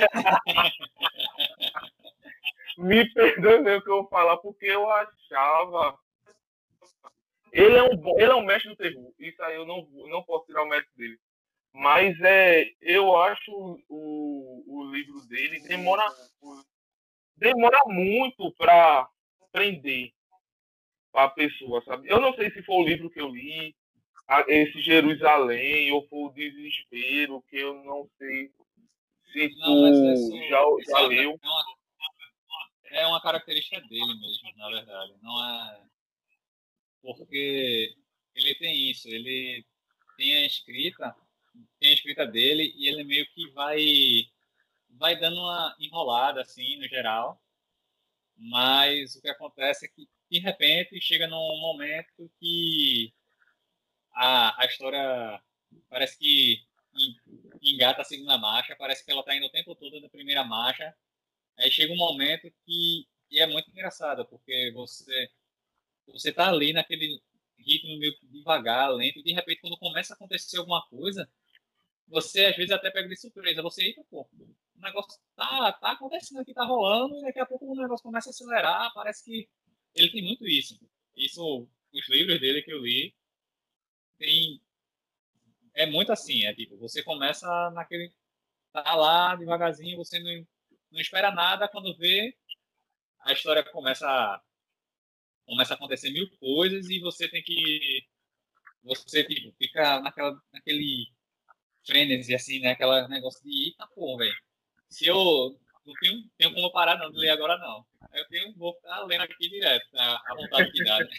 Me perdoe mesmo que eu vou falar, porque eu achava. Ele é um mestre do terror. Isso aí eu não posso tirar o mérito dele. Mas eu acho o livro dele demora muito para prender a pessoa, sabe? Eu não sei se foi o livro que eu li, esse Jerusalém, ou foi o Desespero, que eu não sei se Não, mas tu já leu. É uma característica dele mesmo, na verdade. Não é porque ele tem isso, ele tem a escrita dele e ele meio que vai dando uma enrolada assim no geral, mas o que acontece é que de repente chega num momento que a história parece que engata a segunda marcha, parece que ela está indo o tempo todo na primeira marcha, aí chega um momento que E é muito engraçado, porque você tá ali naquele ritmo meio que devagar, lento, e de repente quando começa a acontecer alguma coisa, você às vezes até pega de surpresa. Você, eita, pô, o negócio tá acontecendo aqui, tá rolando, e daqui a pouco o negócio começa a acelerar. Parece que ele tem muito isso. Isso, os livros dele que eu li, tem, é muito assim. É tipo, você começa naquele. Tá lá devagarzinho, você não espera nada, quando vê, a história começa a acontecer mil coisas e você tem que. Você tipo, fica naquele frenesi, assim, né? Aquela negócio de, eita, pô, velho. Se eu não tenho como parar não de ler agora não. Vou ficar lendo aqui direto, a vontade que dá, né?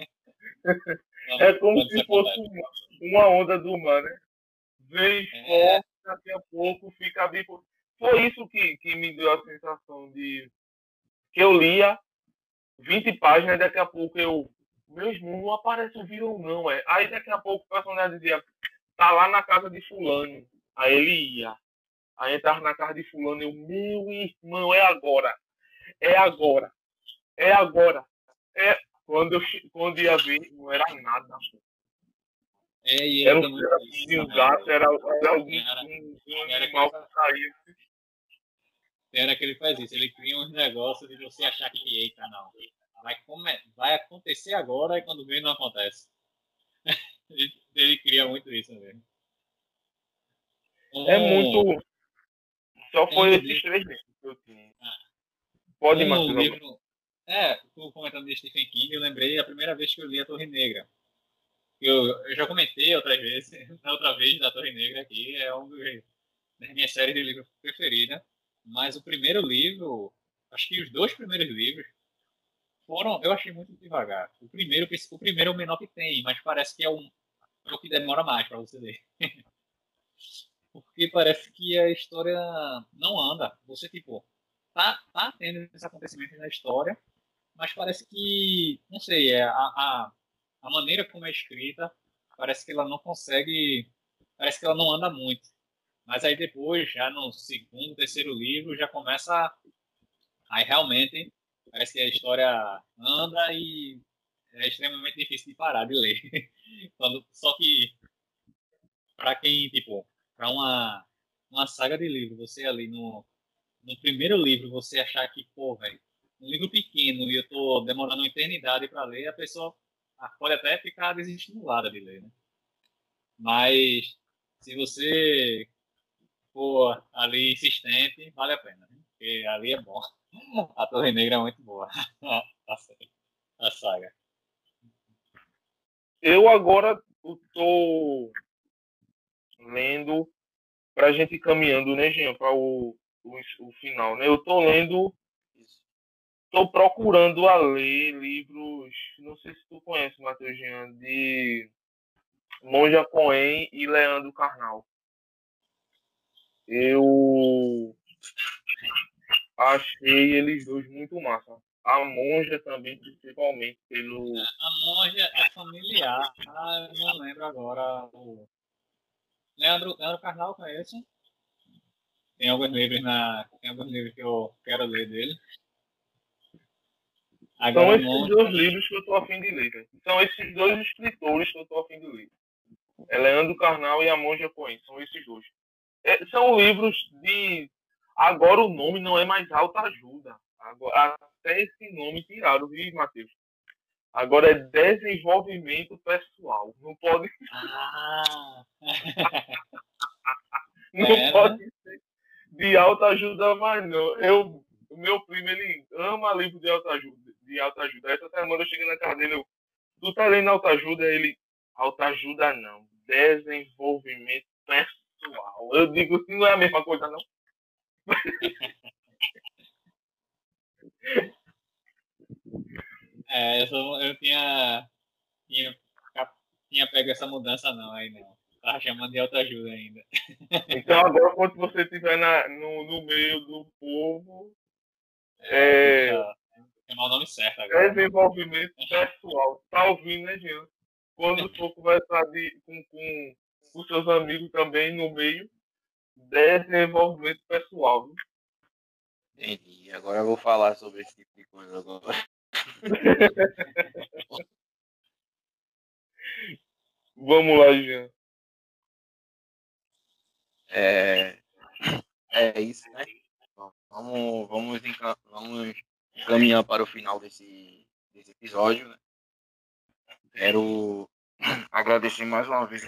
É como Quando isso se fosse acontece. uma onda do mar, né? Vem É, forte, daqui a pouco fica bem. Foi isso que me deu a sensação de que eu lia 20 páginas e daqui a pouco eu. Meu irmão, não aparece o vilão, não, é. Aí daqui a pouco o personagem dizia, tá lá na casa de fulano. Aí ele ia. Aí entrava na casa de fulano e eu, meu irmão, é agora. É agora. É agora. É. Quando ia ver, não era nada. e Era ele um tem muito isso de um também, gato, velho. era algum Tem um hora que ele animal que saía. tem hora que ele faz isso. Ele cria uns negócios de você achar que, eita, não. Vai acontecer agora e quando vem não acontece. Ele cria muito isso mesmo. É muito. Um, Só foi um esses livro. três mesmo que eu tinha. Ah, Pode ir, um Matheus, agora. livro. Tu comentando de Stephen King, eu lembrei a primeira vez que eu li A Torre Negra. Eu já comentei outras vezes, na outra vez da Torre Negra aqui, é das minhas séries de livro preferida. Mas o primeiro livro, acho que os dois primeiros livros eu achei muito devagar. O primeiro é o menor que tem, mas parece que é o que demora mais para você ler. Porque parece que a história não anda. Você, tipo, tá tendo esse acontecimento na história, mas parece que, não sei, a maneira como é escrita, parece que ela não consegue, parece que ela não anda muito. Mas aí depois, já no segundo, terceiro livro, já começa, aí realmente, parece que a história anda e é extremamente difícil de parar de ler. Só que, para quem, tipo, para uma saga de livro, você ali no primeiro livro, você achar que, pô, velho, um livro pequeno e eu tô demorando uma eternidade para ler, a pessoa pode até ficar desestimulada de ler, né? Mas se você for ali insistente, vale a pena, né? Porque ali é bom. A Torre Negra é muito boa. A série, a saga. Eu agora estou lendo, para a gente ir caminhando, né, Jean, para o final, né? Eu estou lendo, estou procurando a ler livros, não sei se tu conhece, Matheus Jean, de Monja Coen e Leandro Carnal. Eu achei eles dois muito massa. A Monja também, principalmente, pelo. A Monja é familiar. Eu não lembro agora. O Leandro Carnal, conheço. Tem alguns livros que eu quero ler dele. São Agora, esses dois Monja. livros que eu estou a fim de ler. Né? São esses dois escritores que eu estou a fim de ler. É Leandro Carnal e a Monja Coen. São esses dois. São livros de. Agora o nome não é mais Alta Ajuda. Agora, até esse nome tiraram, viu, Matheus? Agora é desenvolvimento pessoal. Não pode, Ah! não É, né? pode ser de alta ajuda mais, não. O meu primo, ele ama livro de alta ajuda. De alta ajuda. Essa semana eu cheguei na casa dele, tu tá lendo alta ajuda? Ele, alta ajuda não. Desenvolvimento pessoal. Eu digo, se não é a mesma coisa, não. Eu tinha, tinha pego essa mudança, não, aí não. Tava chamando de autoajuda ainda. Então agora, quando você estiver no meio do povo, Tem que é, chamar o nome certo agora, né? desenvolvimento pessoal. Tá ouvindo, né, Jean? Quando for conversar com seus amigos também no meio, desenvolvimento pessoal. Viu? Entendi. Agora eu vou falar sobre esse tipo de coisa agora. Vamos lá, Jean. É, é isso, né? Vamos caminhar para o final desse episódio, né? Quero agradecer mais uma vez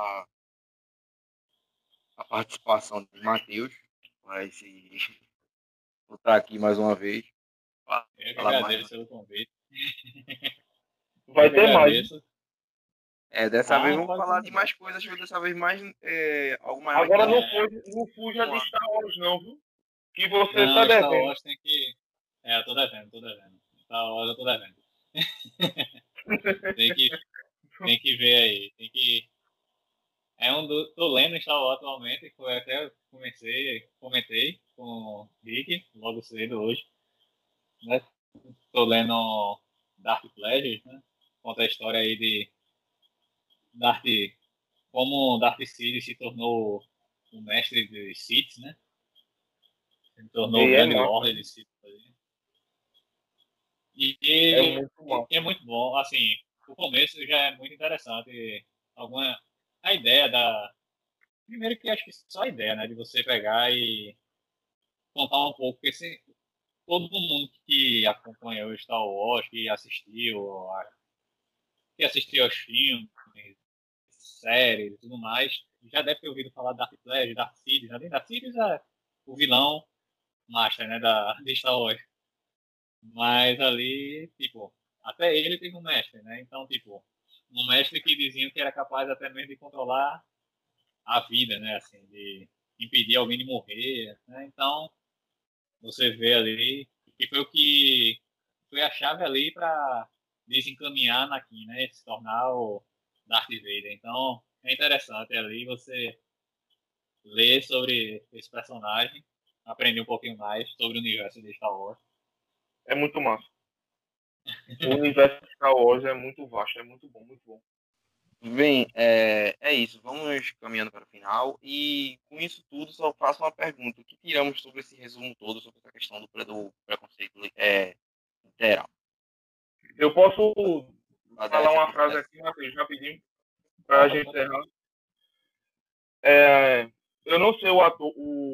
a participação de Matheus, vai estar aqui mais uma vez. Eu que Falar mais. agradeço pelo convite. Vai Eu que ter mais. agradeço. Dessa vez vamos Pode falar de continuar. mais coisas, dessa vez mais algo maior Agora que não fuja de Star Wars, não, viu? Que você tá Não, Star devendo. Wars tem que. É, eu tô devendo, tô devendo. Star Wars eu tô devendo. Tem que, tem que ver aí. Tem que. Tô lendo Star Wars atualmente, que foi até comentei com o Rick logo cedo hoje. Né? Tô lendo Dark Pleasures, né? Conta a história aí de Darth, como Darth Sidious se tornou o mestre dos Sith, né? Se tornou o E é grande massa. Lorde de Sith. É E, muito é massa. muito bom, assim, o começo já é muito interessante. A ideia da. Primeiro que acho que só a ideia, né? De você pegar e contar um pouco, porque todo mundo que acompanhou o Star Wars, que assistiu aos filmes, séries e tudo mais, já deve ter ouvido falar de Darth Plagueis, Darth Sidious, né? Darth Sidious é o vilão master, né? De Star Wars. Mas ali, tipo, até ele tem um mestre, né? Então, tipo, um mestre que diziam que era capaz até mesmo de controlar a vida, né? Assim, de impedir alguém de morrer, né? Então, você vê ali que foi o que foi a chave ali para desencaminhar Anakin, né? Se tornar o Darth Vader. Então, é interessante ali você ler sobre esse personagem, aprender um pouquinho mais sobre o universo de Star Wars. É muito massa. O universo de Star Wars é muito vasto, é muito bom, muito bom. Bem, é isso. Vamos caminhando para o final. E com isso tudo, só faço uma pergunta. O que tiramos sobre esse resumo todo, sobre essa questão do preconceito literal? Eu posso Para dar falar essa uma frase pincelada. aqui, Matheus, rapidinho, para a Pode, gente pode. encerrar. É, eu não sei o ator,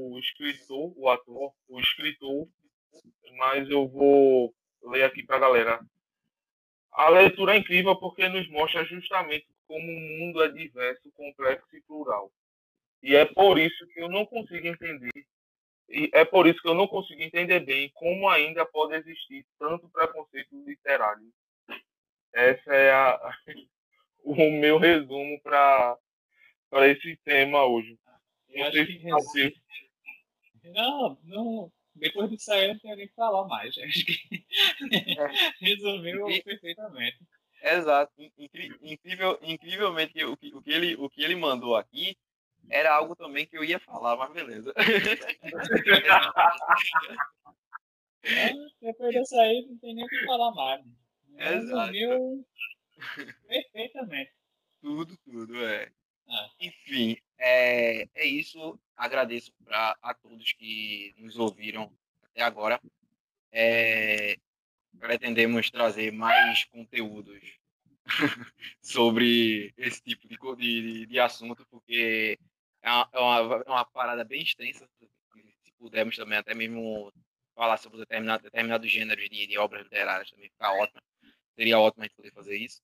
o escritor, mas eu vou ler aqui para a galera. A leitura é incrível porque nos mostra justamente como o mundo é diverso, complexo e plural. E é por isso que eu não consigo entender, e é por isso que eu não consigo entender bem como ainda pode existir tanto preconceito literário. Essa é o meu resumo para esse tema hoje. Eu Não acho sei que se tá ok. não, não, depois disso aí eu não tenho nem o que falar mais. Acho que É, resumiu incri- perfeitamente. exato. Incrivelmente, o que ele mandou aqui era algo também que eu ia falar, mas beleza. Depois disso aí não tem nem o que falar mais. Exato. Resumiu perfeitamente. Tudo, é. Ah, Enfim, é isso. Agradeço a todos que nos ouviram até agora. É, pretendemos trazer mais conteúdos sobre esse tipo de assunto, porque é uma parada bem extensa. Se pudermos também até mesmo falar sobre determinados gêneros de obras literárias também, fica ótimo. Seria ótimo a gente poder fazer isso.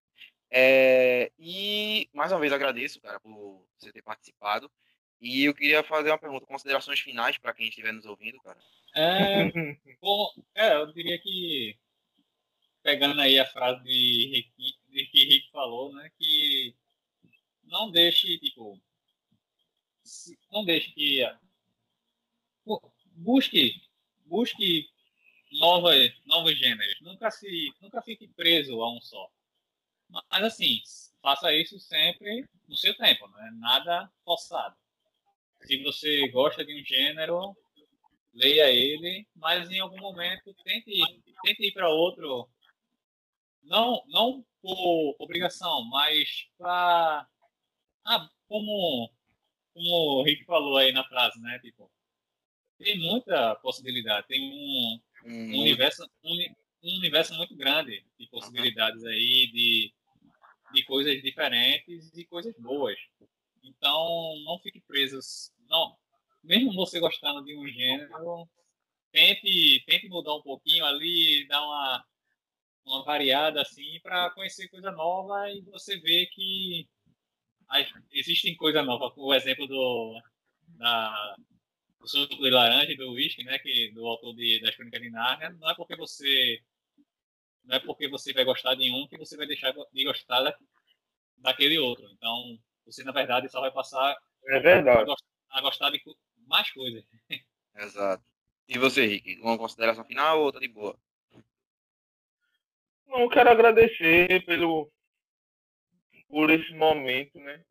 E mais uma vez agradeço, cara, por você ter participado. E eu queria fazer uma pergunta, considerações finais para quem estiver nos ouvindo, cara. é, bom, eu diria que, pegando aí a frase de que Rick falou, né, que não deixe, tipo, não deixe que busque, busque novos gêneros. Nunca fique preso a um só. Mas assim, faça isso sempre no seu tempo, né? Nada forçado. Se você gosta de um gênero, leia ele, mas em algum momento tente ir para outro, não por obrigação, mas para como o Rick falou aí na frase, né? Tipo, tem muita possibilidade, tem um universo muito grande de possibilidades aí, de coisas diferentes e coisas boas. Então, não fique presos. Não, mesmo você gostando de um gênero, tente mudar um pouquinho ali, dar uma variada assim, para conhecer coisa nova e você vê que existem coisas novas. O exemplo da, do suco de laranja e do whisky, né, do autor das Crônicas de Nárnia, não é porque você vai gostar de um que você vai deixar de gostar daquele outro. Então, você, na verdade, só vai passar É verdade. a gostar de mais coisas. Exato. E você, Rick? Uma consideração final ou tá de boa? Não, eu quero agradecer por esse momento, né?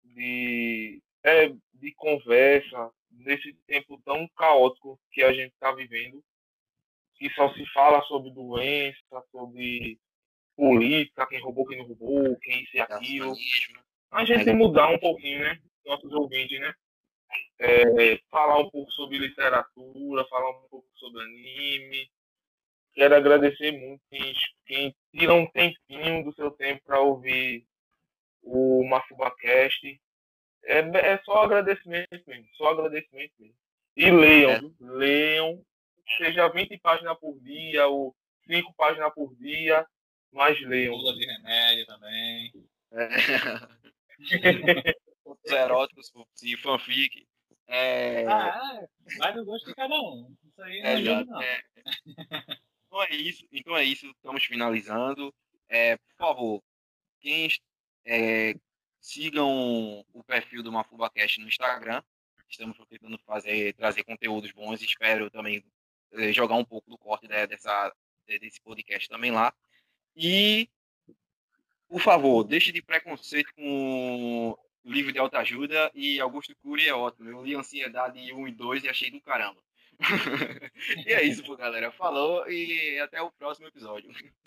De conversa, nesse tempo tão caótico que a gente está vivendo, que só se fala sobre doença, sobre política, quem roubou, quem não roubou, quem isso e aquilo. A gente mudar um pouquinho, né? Nossos ouvintes, né? Falar um pouco sobre literatura, falar um pouco sobre anime. Quero agradecer muito quem tira um tempinho do seu tempo para ouvir o MafubaCast. É só agradecimento mesmo, só agradecimento mesmo. E leiam, viu? Leiam, seja 20 páginas por dia ou 5 páginas por dia, mas leiam. Bula de remédio também. Os eróticos e fanfic. Vai do gosto de cada um. Isso aí não ajuda, não. Então é isso. Estamos finalizando. Por favor, quem sigam o perfil do MafubaCast no Instagram. Estamos tentando trazer conteúdos bons. Espero também jogar um pouco do corte desse podcast também lá. E, por favor, deixe de preconceito com o livro de autoajuda e Augusto Cury é ótimo. Eu li Ansiedade 1 e 2 e achei do caramba. E é isso, galera. Falou e até o próximo episódio.